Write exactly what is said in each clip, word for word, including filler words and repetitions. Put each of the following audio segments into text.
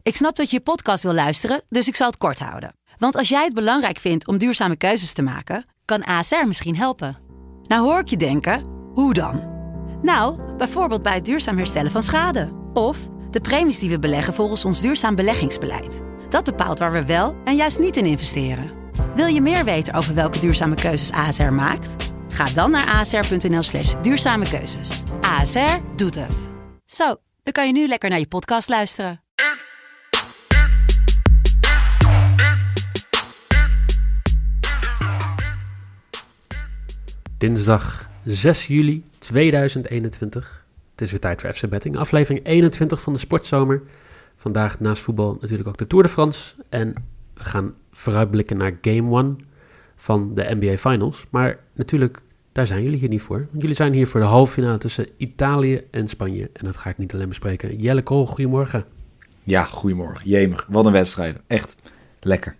Ik snap dat je je podcast wil luisteren, dus ik zal het kort houden. Want als jij het belangrijk vindt om duurzame keuzes te maken, kan A S R misschien helpen. Nou hoor ik je denken, hoe dan? Nou, bijvoorbeeld bij het duurzaam herstellen van schade. Of de premies die we beleggen volgens ons duurzaam beleggingsbeleid. Dat bepaalt waar we wel en juist niet in investeren. Wil je meer weten over welke duurzame keuzes A S R maakt? Ga dan naar asr.nl slash duurzame keuzes. A S R doet het. Zo, dan kan je nu lekker naar je podcast luisteren. Dinsdag zes juli tweeduizend eenentwintig. Het is weer tijd voor F C Betting. Aflevering eenentwintig van de Sportzomer. Vandaag naast voetbal natuurlijk ook de Tour de France. En we gaan vooruitblikken naar Game one van de N B A Finals. Maar natuurlijk, daar zijn jullie hier niet voor. Want jullie zijn hier voor de halve finale tussen Italië en Spanje. En dat ga ik niet alleen bespreken. Jelle Kool, goedemorgen. Ja, goedemorgen. Jemig, wat een wedstrijd. Echt lekker.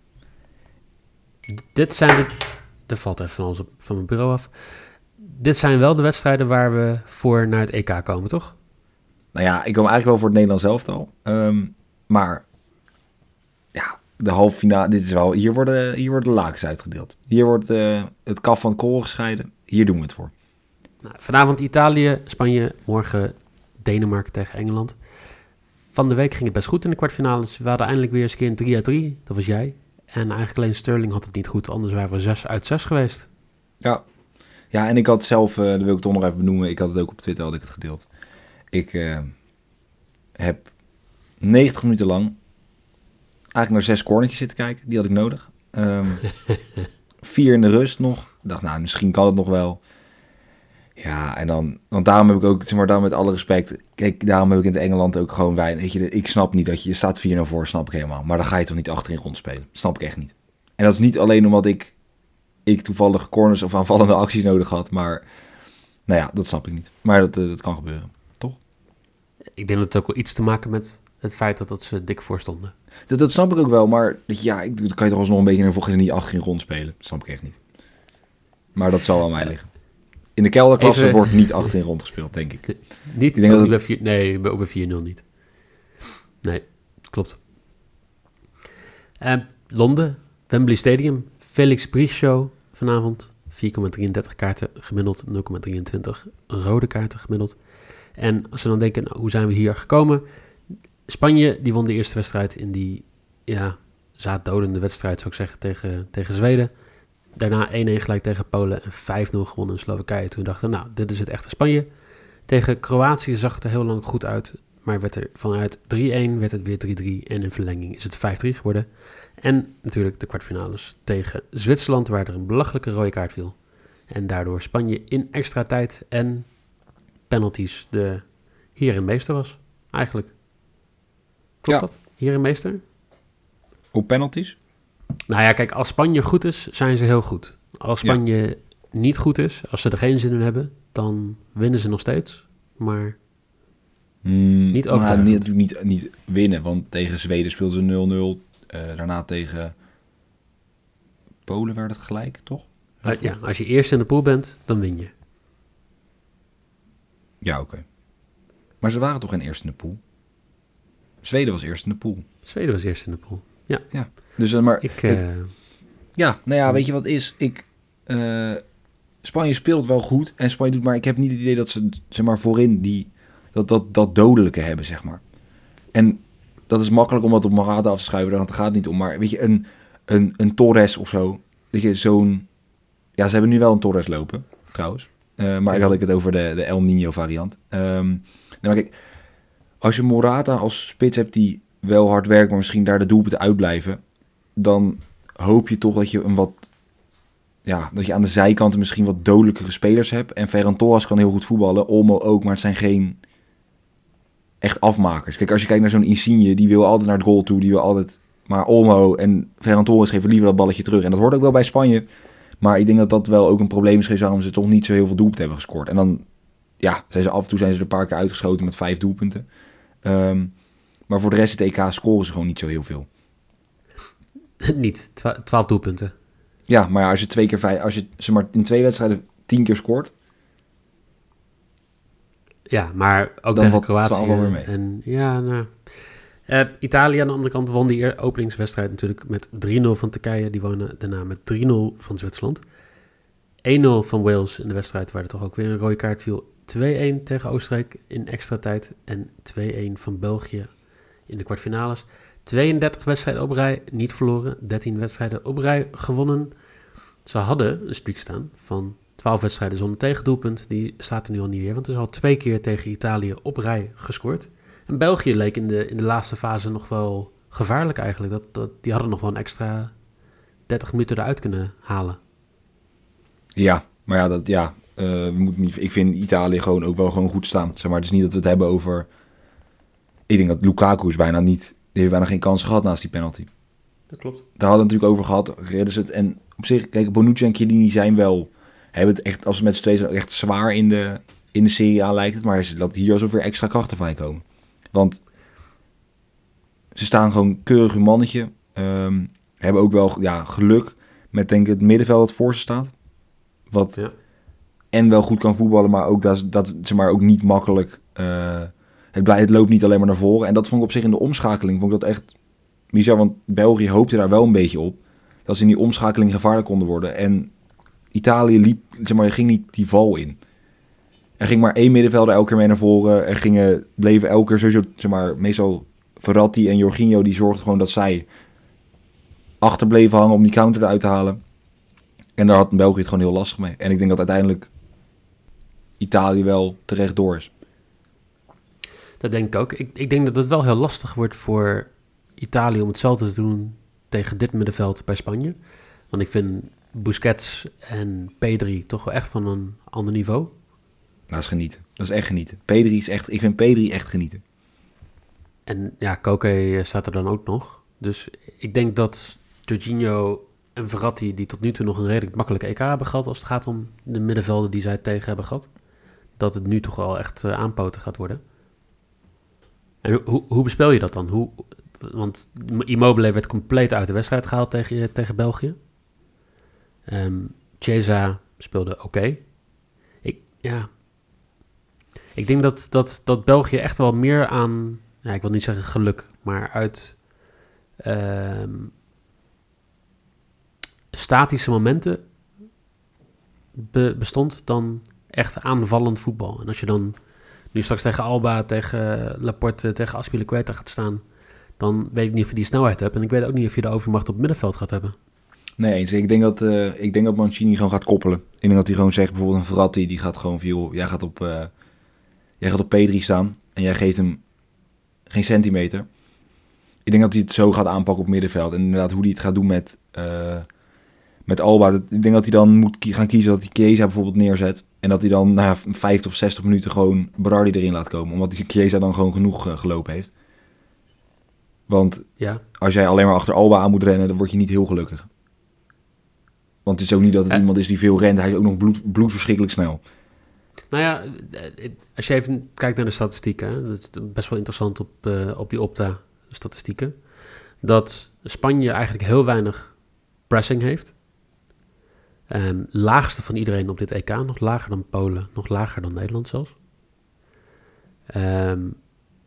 Dit zijn de... Er valt even van, ons op, van mijn bureau af. Dit zijn wel de wedstrijden waar we voor naar het E K komen, toch? Nou ja, ik kom eigenlijk wel voor het Nederlands elftal. Um, maar ja, de halve finale, dit is wel, hier worden, hier worden de lakens uitgedeeld. Hier wordt uh, het kaf van het kool gescheiden. Hier doen we het voor. Nou, vanavond Italië, Spanje, morgen Denemarken tegen Engeland. Van de week ging het best goed in de kwartfinales. We hadden eindelijk weer eens een keer een drie uit drie. Dat was jij. En eigenlijk alleen Sterling had het niet goed, anders waren we zes uit zes geweest. Ja, ja en ik had zelf, uh, dat wil ik toch nog even benoemen, ik had het ook op Twitter, had ik het gedeeld. Ik uh, heb negentig minuten lang eigenlijk naar zes cornertjes zitten kijken, die had ik nodig. Um, vier in de rust nog. Ik dacht, nou, misschien kan het nog wel. Ja, en dan, want daarom heb ik ook, zeg maar, daarom met alle respect, kijk, daarom heb ik in het Engeland ook gewoon weinig, weet je, ik snap niet dat je, je staat vier nul voor, snap ik helemaal, maar dan ga je toch niet achterin rondspelen, snap ik echt niet. En dat is niet alleen omdat ik, ik toevallig corners of aanvallende acties nodig had, maar, nou ja, dat snap ik niet. Maar dat, dat kan gebeuren, toch? Ik denk dat het ook wel iets te maken met het feit dat, dat ze dik voor stonden. Dat, dat snap ik ook wel, maar ja, ik, dan kan je toch alsnog een beetje naar volgens niet achterin rondspelen, dat snap ik echt niet. Maar dat zal aan mij liggen. In de kelderklasse Even... wordt niet achterin rondgespeeld, denk ik. Niet? Ik denk oh, dat het... vier, nee, ook bij vier nul niet. Nee, klopt. Uh, Londen, Wembley Stadium, Felix Bries Show vanavond. vier komma drieëndertig kaarten gemiddeld, nul komma drieëntwintig rode kaarten gemiddeld. En als we dan denken, nou, hoe zijn we hier gekomen? Spanje, die won de eerste wedstrijd in die ja, zaaddodende wedstrijd, zou ik zeggen, tegen, tegen Zweden. Daarna één een gelijk tegen Polen en vijf nul gewonnen in Slowakije. Toen dachten we, nou, dit is het echte Spanje. Tegen Kroatië zag het er heel lang goed uit. Maar werd er vanuit drie een werd het weer drie drie. En in verlenging is het vijf drie geworden. En natuurlijk de kwartfinales tegen Zwitserland, waar er een belachelijke rode kaart viel. En daardoor Spanje in extra tijd en penalties de heer en meester was. Eigenlijk. Klopt ja. dat? Heer en meester? Op penalties? Nou ja, kijk, als Spanje goed is, zijn ze heel goed. Als Spanje ja. niet goed is, als ze er geen zin in hebben, dan winnen ze nog steeds. Maar mm, niet overtuigend. Nou, niet, niet, niet winnen, want tegen Zweden speelden ze nul nul. Uh, daarna tegen Polen werd het gelijk, toch? Uh, ja, als je eerst in de pool bent, dan win je. Ja, oké. Okay. Maar ze waren toch geen eerst in de pool? Zweden was eerst in de pool. Zweden was eerst in de pool, ja. Ja, dus uh, maar... Ik, uh... ik, ja, nou ja, weet je wat is? Ik... Uh, Spanje speelt wel goed en Spanje doet, maar ik heb niet het idee dat ze, zeg maar, voorin die, dat, dat, dat dodelijke hebben, zeg maar. En dat is makkelijk om dat op Morata af te schuiven, want het gaat niet om. Maar weet je, een, een, een Torres of zo, weet je, zo'n... Ja, ze hebben nu wel een Torres lopen, trouwens. Uh, maar ik had ik het over de, de El Niño variant. Um, nee, maar kijk, als je Morata als spits hebt die wel hard werkt, maar misschien daar de doelpunten uitblijven, dan hoop je toch dat je een wat... Ja, dat je aan de zijkanten misschien wat dodelijkere spelers hebt. En Ferran Torres kan heel goed voetballen. Olmo ook, maar het zijn geen echt afmakers. Kijk, als je kijkt naar zo'n Insigne, die wil altijd naar het goal toe. Die wil altijd... Maar Olmo en Ferran Torres geven liever dat balletje terug. En dat hoort ook wel bij Spanje. Maar ik denk dat dat wel ook een probleem is geweest waarom ze toch niet zo heel veel doelpunten hebben gescoord. En dan, ja, zijn ze af en toe zijn ze er een paar keer uitgeschoten met vijf doelpunten. Um, maar voor de rest het E K scoren ze gewoon niet zo heel veel. Niet, twaalf doelpunten. Ja, maar als je twee keer vijf, als je ze maar in twee wedstrijden tien keer scoort. Ja, maar ook dan tegen Kroatië. Wel weer mee. En ja, nou, Uh, Italië aan de andere kant won die openingswedstrijd natuurlijk met drie nul van Turkije. Die wonnen daarna met drie nul van Zwitserland. één nul van Wales in de wedstrijd waar er toch ook weer een rode kaart viel. twee-een tegen Oostenrijk in extra tijd. En twee-een van België in de kwartfinales. tweeëndertig wedstrijden op rij niet verloren. dertien wedstrijden op rij gewonnen. Ze hadden een streak staan van twaalf wedstrijden zonder tegendoelpunt. Die staat er nu al niet weer, want er is al twee keer tegen Italië op rij gescoord. En België leek in de, in de laatste fase nog wel gevaarlijk eigenlijk. Dat, dat, die hadden nog wel een extra dertig minuten eruit kunnen halen. Ja, maar ja, dat, ja uh, we moeten niet, ik vind Italië gewoon ook wel gewoon goed staan. Zeg maar, het is niet dat we het hebben over... Ik denk dat Lukaku is bijna niet... Die heeft bijna geen kans gehad naast die penalty. Dat klopt. Daar hadden we het natuurlijk over gehad. Redden ze het. En op zich, kijk, Bonucci en Chiellini zijn wel... Hebben het echt, als ze met z'n tweeën zijn, echt zwaar in de, in de Serie A lijkt het. Maar is dat hier alsof weer extra krachten van komen. Want ze staan gewoon keurig hun mannetje. Um, hebben ook wel ja, geluk met denk ik het middenveld dat voor ze staat. Wat ja. En wel goed kan voetballen, maar ook dat, dat ze maar ook niet makkelijk... Uh, het, blij, het loopt niet alleen maar naar voren. En dat vond ik op zich in de omschakeling vond ik dat echt bizar. Want België hoopte daar wel een beetje op. Dat ze in die omschakeling gevaarlijk konden worden. En Italië liep, zeg maar, ging niet die val in. Er ging maar één middenvelder elke keer mee naar voren. Er gingen, bleven elke keer sowieso, zeg maar, meestal Verratti en Jorginho, die zorgden gewoon dat zij achterbleven hangen om die counter eruit te halen. En daar had België het gewoon heel lastig mee. En ik denk dat uiteindelijk Italië wel terecht door is. Dat denk ik ook. Ik, ik denk dat het wel heel lastig wordt voor Italië om hetzelfde te doen tegen dit middenveld bij Spanje. Want ik vind Busquets en Pedri toch wel echt van een ander niveau. Dat is genieten. Dat is echt genieten. Pedri is echt, ik vind Pedri echt genieten. En ja, Koke staat er dan ook nog. Dus ik denk dat Jorginho en Verratti, die tot nu toe nog een redelijk makkelijke E K hebben gehad als het gaat om de middenvelden die zij tegen hebben gehad, dat het nu toch wel echt uh, aanpoten gaat worden. En hoe, hoe bespel je dat dan? Hoe, want Immobile werd compleet uit de wedstrijd gehaald tegen, tegen België. Um, Chiesa speelde oké. Okay. Ik, ja. Ik denk dat, dat, dat België echt wel meer aan, ja, ik wil niet zeggen geluk, maar uit um, statische momenten be, bestond dan echt aanvallend voetbal. En als je dan nu straks tegen Alba, tegen Laporte, tegen Azpilicueta gaat staan, dan weet ik niet of je die snelheid hebt. En ik weet ook niet of je de overmacht op het middenveld gaat hebben. Nee eens. Ik denk dat, uh, ik denk dat Mancini gewoon gaat koppelen. Ik denk dat hij gewoon zegt, bijvoorbeeld een Verratti, die gaat gewoon van, joh, jij gaat op, uh, jij gaat op Pedri staan en jij geeft hem geen centimeter. Ik denk dat hij het zo gaat aanpakken op middenveld. En inderdaad, hoe hij het gaat doen met, uh, met Alba. Dat, ik denk dat hij dan moet gaan kiezen dat hij Chiesa bijvoorbeeld neerzet. En dat hij dan na vijftig of zestig minuten gewoon Berardi erin laat komen. Omdat die Chiesa dan gewoon genoeg uh, gelopen heeft. Want ja. Als jij alleen maar achter Alba aan moet rennen, dan word je niet heel gelukkig. Want het is ook niet dat het uh, iemand is die veel rent. Hij is ook nog bloed, bloedverschrikkelijk snel. Nou ja, als je even kijkt naar de statistieken. Hè, dat is best wel interessant op, uh, op die Opta-statistieken. Dat Spanje eigenlijk heel weinig pressing heeft. Um, laagste van iedereen op dit E K. Nog lager dan Polen. Nog lager dan Nederland zelfs. Um,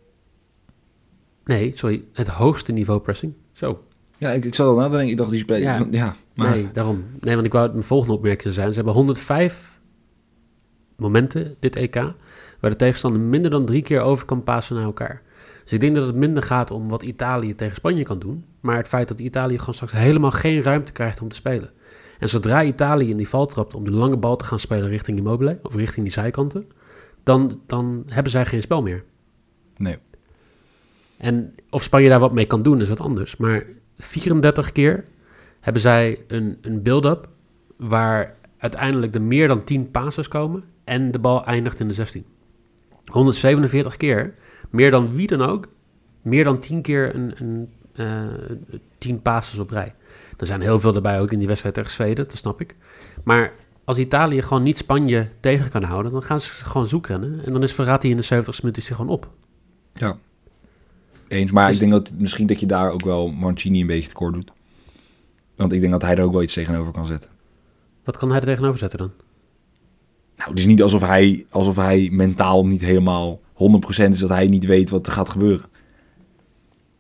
nee, sorry. Het hoogste niveau pressing. Zo. Ja, ik, ik zat al na te denken. Ik dacht, die spelen... Ja, ja maar... Nee, daarom. Nee, want ik wou mijn volgende opmerking zijn. Ze hebben honderdvijf momenten, dit E K, waar de tegenstander minder dan drie keer over kan passen naar elkaar. Dus ik denk dat het minder gaat om wat Italië tegen Spanje kan doen, maar het feit dat Italië gewoon straks helemaal geen ruimte krijgt om te spelen. En zodra Italië in die val trapt om de lange bal te gaan spelen richting Immobile, of richting die zijkanten, dan, dan hebben zij geen spel meer. Nee. En of Spanje daar wat mee kan doen, is wat anders. Maar vierendertig keer hebben zij een, een build-up waar uiteindelijk er meer dan tien passes komen en de bal eindigt in de zestien. honderdzevenenveertig keer, meer dan wie dan ook, meer dan tien keer een, een, uh, tien passes op rij. Er zijn heel veel erbij ook in die wedstrijd tegen Zweden, dat snap ik. Maar als Italië gewoon niet Spanje tegen kan houden, dan gaan ze gewoon zoekrennen. En dan is Verratti in de zeventigste minuut is hij gewoon op. Ja. Eens, maar dus, ik denk dat misschien dat je daar ook wel Mancini een beetje tekort doet. Want ik denk dat hij er ook wel iets tegenover kan zetten. Wat kan hij er tegenover zetten dan? Nou, het is niet alsof hij, alsof hij mentaal niet helemaal honderd procent is dat hij niet weet wat er gaat gebeuren.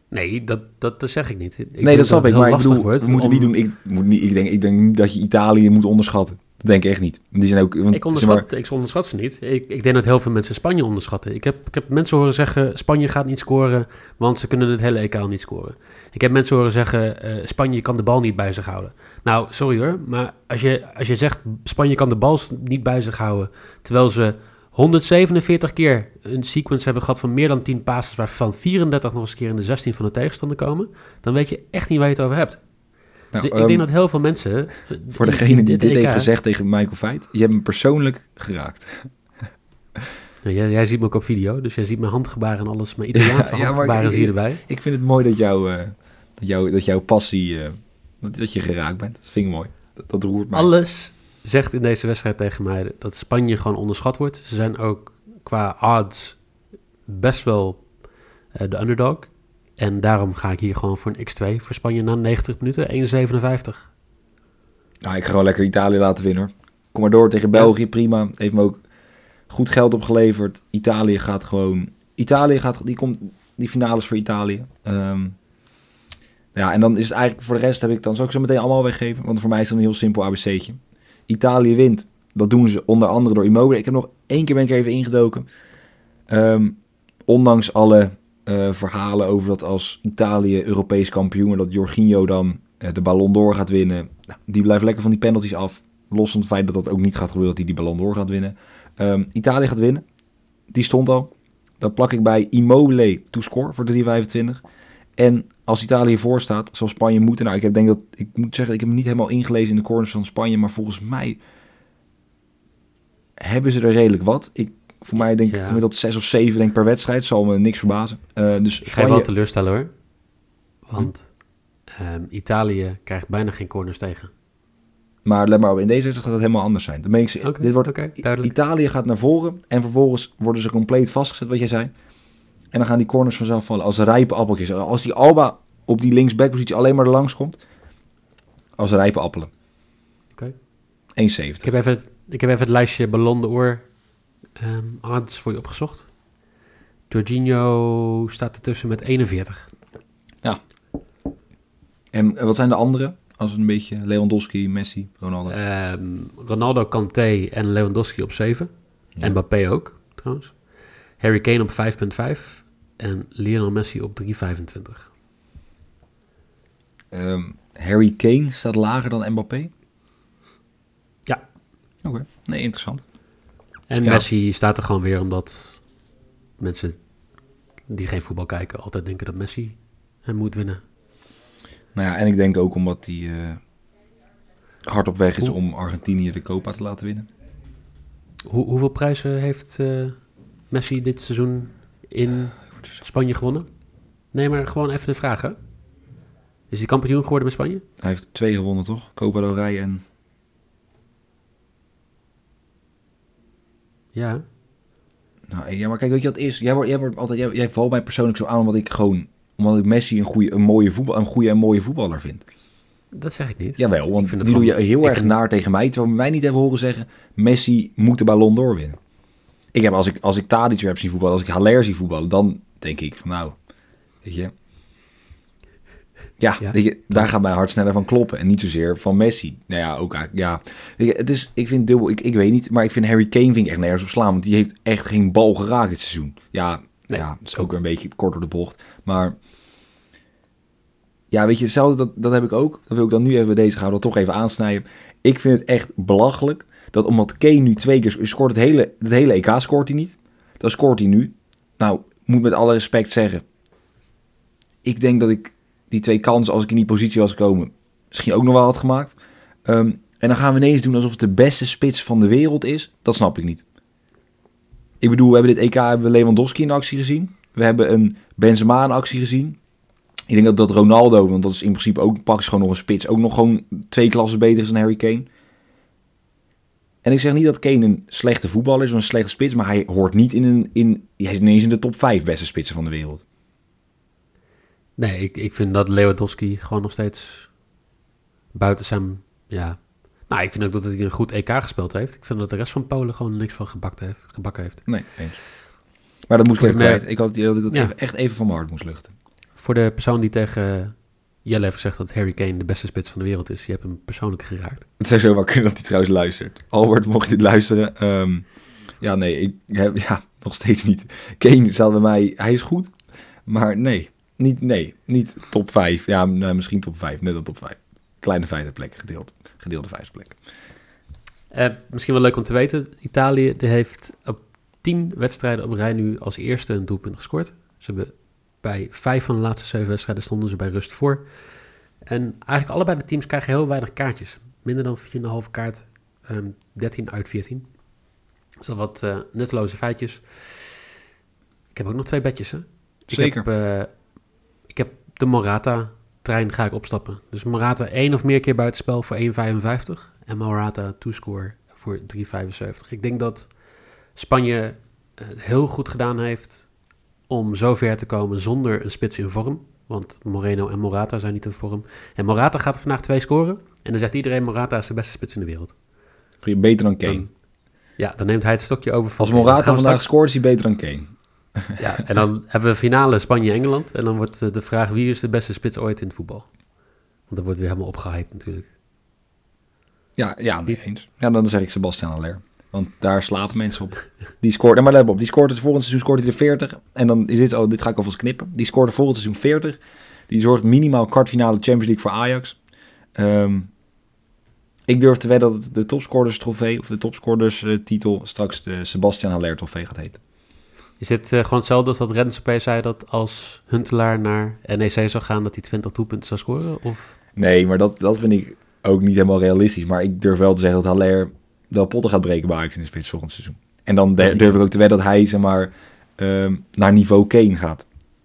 Nee, dat, dat, dat zeg ik niet. Ik nee, dat snap ik, maar ik bedoel, wordt we moeten om... niet doen. Ik, moet niet, ik, denk, ik denk niet dat je Italië moet onderschatten. Dat denk ik echt niet. Die zijn ook, want, ik, onderschat, zeg maar... ik onderschat ze niet. Ik, ik denk dat heel veel mensen Spanje onderschatten. Ik heb, ik heb mensen horen zeggen, Spanje gaat niet scoren, want ze kunnen het hele E K al niet scoren. Ik heb mensen horen zeggen, uh, Spanje kan de bal niet bij zich houden. Nou, sorry hoor, maar als je, als je zegt, Spanje kan de bal niet bij zich houden, terwijl ze honderdzevenenveertig keer een sequence hebben gehad van meer dan tien passes, waarvan vierendertig nog eens keer in de zestien van de tegenstander komen, dan weet je echt niet waar je het over hebt. Nou, dus ik um, denk dat heel veel mensen... Voor degene die dit E K heeft gezegd tegen Michael Veit, je hebt me persoonlijk geraakt. Nou, jij, jij ziet me ook op video, dus jij ziet mijn handgebaren en alles. Mijn Italiaanse ja, handgebaren ja, zie je erbij. Ik, ik vind het mooi dat, jou, uh, dat, jou, dat jouw passie, uh, dat, dat je geraakt bent. Dat vind ik mooi. Dat, dat roert mij. Alles zegt in deze wedstrijd tegen mij dat Spanje gewoon onderschat wordt. Ze zijn ook qua odds best wel uh, de underdog. En daarom ga ik hier gewoon voor een x twee voor Spanje na negentig minuten, één komma zevenenvijftig. Nou, ik ga gewoon lekker Italië laten winnen hoor. Kom maar door tegen België, ja. Prima. Heeft me ook goed geld opgeleverd. Italië gaat gewoon... Italië gaat... Die komt... Die finales voor Italië. Um, ja, en dan is het eigenlijk... Voor de rest heb ik dan... Zal ik zo meteen allemaal weggeven? Want voor mij is dat een heel simpel A B C'tje. Italië wint. Dat doen ze onder andere door Immobile. Ik heb nog één keer ben ik er even ingedoken. Um, ondanks alle... Uh, verhalen over dat als Italië Europees kampioen... dat Jorginho dan uh, de Ballon d'Or gaat winnen. Nou, die blijft lekker van die penalties af. Los van het feit dat dat ook niet gaat gebeuren... dat hij die Ballon d'Or gaat winnen. Um, Italië gaat winnen. Die stond al. Dan plak ik bij Immobile to score voor drie komma vijfentwintig. En als Italië voor staat, zal Spanje moeten... Nou, ik heb, denk dat, ik moet zeggen, ik heb me niet helemaal ingelezen in de corners van Spanje... maar volgens mij hebben ze er redelijk wat. Ik Voor mij denk ik ja. gemiddeld zes of zeven denk per wedstrijd. Zal me niks verbazen. Uh, dus ik ga je wel teleurstellen hoor. Want hm? um, Italië krijgt bijna geen corners tegen. Maar let maar op, in deze wedstrijd gaat het helemaal anders zijn. Dan ik, okay, dit wordt, okay, Italië gaat naar voren en vervolgens worden ze compleet vastgezet, wat jij zei. En dan gaan die corners vanzelf vallen als rijpe appeltjes. Als die Alba op die linksbackpositie alleen maar er langs komt, als rijpe appelen. Oké. Okay. één komma zeventig. Ik heb even, ik heb even het lijstje Ballon d'Or um, odds voor je opgezocht. Jorginho staat ertussen met eenenveertig. Ja. En wat zijn de andere? Als een beetje Lewandowski, Messi, Ronaldo. Um, Ronaldo, Kanté en Lewandowski op zeven. Ja. Mbappé ook, trouwens. Harry Kane op vijf komma vijf. En Lionel Messi op drie komma vijfentwintig. Um, Harry Kane staat lager dan Mbappé? Ja. Oké, okay. Nee, interessant. En ja. Messi staat er gewoon weer omdat mensen die geen voetbal kijken altijd denken dat Messi hem moet winnen. Nou ja, en ik denk ook omdat hij uh, hard op weg is Hoe? om Argentinië de Copa te laten winnen. Hoe, hoeveel prijzen heeft uh, Messi dit seizoen in Spanje gewonnen? Nee, maar gewoon even de vraag, hè? Is hij kampioen geworden met Spanje? Hij heeft twee gewonnen, toch? Copa del Rey en... Ja. Nou, ja, maar kijk, weet je wat het is? Jij, wordt, jij, wordt altijd, jij, jij valt mij persoonlijk zo aan omdat ik gewoon... Omdat ik Messi een, goeie, een, mooie voetbal, een goede en mooie voetballer vind. Dat zeg ik niet. Jawel, want die doe je heel erg vind... naar tegen mij. Terwijl we mij niet hebben horen zeggen... Messi moet de Ballon d'Or winnen. Ik heb, als ik, als ik Tadic heb zien voetballen... Als ik Haller zie voetballen... Dan denk ik van nou... Weet je... Ja, ja. Weet je, daar gaat mijn hart sneller van kloppen. En niet zozeer van Messi. Nou ja, ook eigenlijk... Ja. Weet je, het is, ik vind dubbel... Ik, ik weet niet, maar ik vind Harry Kane vind ik echt nergens op slaan. Want die heeft echt geen bal geraakt dit seizoen. Ja, nee, ja, dat is ook weer een beetje kort door de bocht. Maar... Ja, weet je, hetzelfde, dat, dat heb ik ook. Dat wil ik dan nu even bij deze gaan we dat toch even aansnijden. Ik vind het echt belachelijk dat omdat Kane nu twee keer scoort, het hele, het hele E K scoort hij niet. Dan scoort hij nu. Nou, moet met alle respect zeggen. Ik denk dat ik die twee kansen, als ik in die positie was gekomen, misschien ook nog wel had gemaakt. Um, en dan gaan we ineens doen alsof het de beste spits van de wereld is. Dat snap ik niet. Ik bedoel, we hebben dit E K hebben we Lewandowski in actie gezien. We hebben een Benzema in actie gezien. Ik denk dat, dat Ronaldo, want dat is in principe ook pak gewoon nog een spits, ook nog gewoon twee klassen beter is dan Harry Kane. En ik zeg niet dat Kane een slechte voetballer is of een slechte spits, maar hij hoort niet in een, in, hij is ineens in de top vijf beste spitsen van de wereld. Nee, ik, ik vind dat Lewandowski gewoon nog steeds buiten zijn, ja. Nou, ik vind ook dat hij een goed E K gespeeld heeft. Ik vind dat de rest van Polen gewoon niks van gebakken heeft. Gebakken heeft. Nee, eens. Maar dat moest ik even kwijt. Ik had het idee dat ik dat ja. even, echt even van mijn hart moest luchten. voor de persoon die tegen Jelle heeft gezegd dat Harry Kane de beste spits van de wereld is. Je hebt hem persoonlijk geraakt. Het zou zomaar kunnen dat hij trouwens luistert. Albert, mocht je dit luisteren. Um, ja, nee, ik heb ja, nog steeds niet. Kane staat bij mij, hij is goed. Maar nee, niet, nee, niet top vijf. Ja, nou, misschien top vijf, net een top vijf. Kleine vijfde plek, gedeeld, gedeelde vijfde plek. Uh, misschien wel leuk om te weten. Italië die heeft op tien wedstrijden op rij nu als eerste een doelpunt gescoord. Ze hebben bij vijf van de laatste zeven wedstrijden stonden ze bij rust voor. En eigenlijk allebei de teams krijgen heel weinig kaartjes. Minder dan vier komma vijf kaart. Um, dertien uit veertien. Dus dat wat uh, nutteloze feitjes. Ik heb ook nog twee bedjes, hè? Zeker. Ik heb, uh, ik heb de Morata-trein ga ik opstappen. Dus Morata één of meer keer buitenspel voor één komma vijfenvijftig. En Morata toescore voor drie komma vijfenzeventig. Ik denk dat Spanje het heel goed gedaan heeft om zo ver te komen zonder een spits in vorm. Want Moreno en Morata zijn niet in vorm. En Morata gaat er vandaag twee scoren. En dan zegt iedereen, Morata is de beste spits in de wereld. Beter dan Kane. Dan, ja, dan neemt hij het stokje over van Als Morata vandaag straks scoort, is hij beter dan Kane. Ja, en dan hebben we finale Spanje-Engeland. En dan wordt de vraag, wie is de beste spits ooit in het voetbal? Want dat wordt weer helemaal opgehyped natuurlijk. Ja, ja niet eens. Ja, dan zeg ik Sebastian Haller. Want daar slapen mensen op. Die scoort, en maar let op, die scoort het volgende seizoen scoort hij er veertig. En dan is dit, oh, dit ga ik alvast knippen. Die scoort er volgend seizoen veertig. Die zorgt minimaal kwartfinale Champions League voor Ajax. Um, ik durf te wedden dat het de topscorers trofee of de topscorers uh, titel straks de Sebastian Haller trofee gaat heten. Is het uh, gewoon hetzelfde als dat Rens opeens zei dat als Huntelaar naar N E C zou gaan dat hij twintig doelpunten zou scoren? Of? Nee, maar dat, dat vind ik ook niet helemaal realistisch. Maar ik durf wel te zeggen dat Haller Del Potten gaat breken bij Ajax in de spits volgend seizoen. En dan de, durf ik ook te wedden dat hij zeg maar um, naar niveau Kane gaat.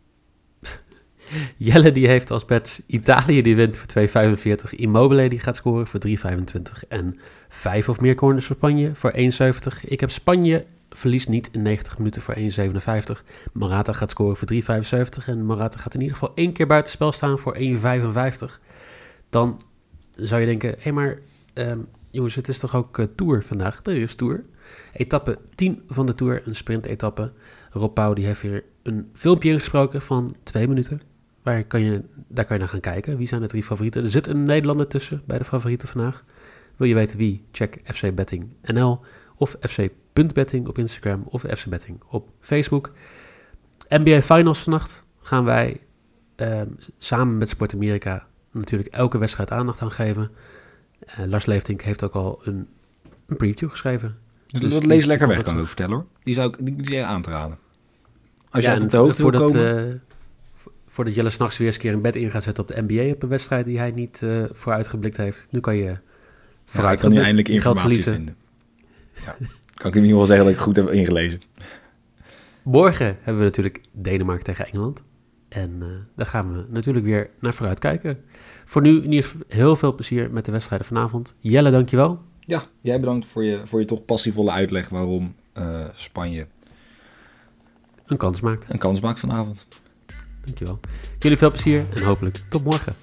Jelle die heeft als bets Italië die wint voor twee komma vijfenveertig. Immobile die gaat scoren voor drie komma vijfentwintig. En vijf of meer corners voor Spanje voor één komma zeventig. Ik heb Spanje verliest niet in negentig minuten voor één komma zevenenvijftig. Morata gaat scoren voor drie komma vijfenzeventig. En Morata gaat in ieder geval één keer buitenspel staan voor één komma vijfenvijftig. Dan zou je denken, hé hey maar um, jongens, het is toch ook uh, Tour vandaag? Er is Tour. Etappe tien van de Tour, een sprintetappe. Rob Pauw die heeft hier een filmpje ingesproken van twee minuten. Waar kan je, daar kan je naar gaan kijken. Wie zijn de drie favorieten? Er zit een Nederlander tussen bij de favorieten vandaag. Wil je weten wie? Check F C Betting N L of F C punt betting op Instagram of F C Betting op Facebook. N B A Finals vannacht gaan wij uh, samen met Sport Amerika natuurlijk elke wedstrijd aandacht aan geven. Uh, Lars Leeftink heeft ook al een, een preview geschreven. Dus dus dat lees lekker weg, kan ik ook vertellen hoor. Die zou ik die, die aan te raden. Als je ja, op de hoogte wil voordat, komen... Uh, voordat Jelle s'nachts weer eens een keer een bed in gaat zetten op de N B A op een wedstrijd die hij niet uh, vooruitgeblikt heeft. Nu kan je vooruit ja, kan nu eindelijk informatie vinden. Ja, kan ik in ieder geval zeggen dat ik goed heb ingelezen. Morgen hebben we natuurlijk Denemarken tegen Engeland. En uh, daar gaan we natuurlijk weer naar vooruit kijken. Voor nu in ieder geval heel veel plezier met de wedstrijden vanavond. Jelle, dankjewel. Ja, jij bedankt voor je, voor je toch passievolle uitleg waarom uh, Spanje een kans maakt. Een kans maakt vanavond. Dankjewel. Jullie veel plezier en hopelijk tot morgen.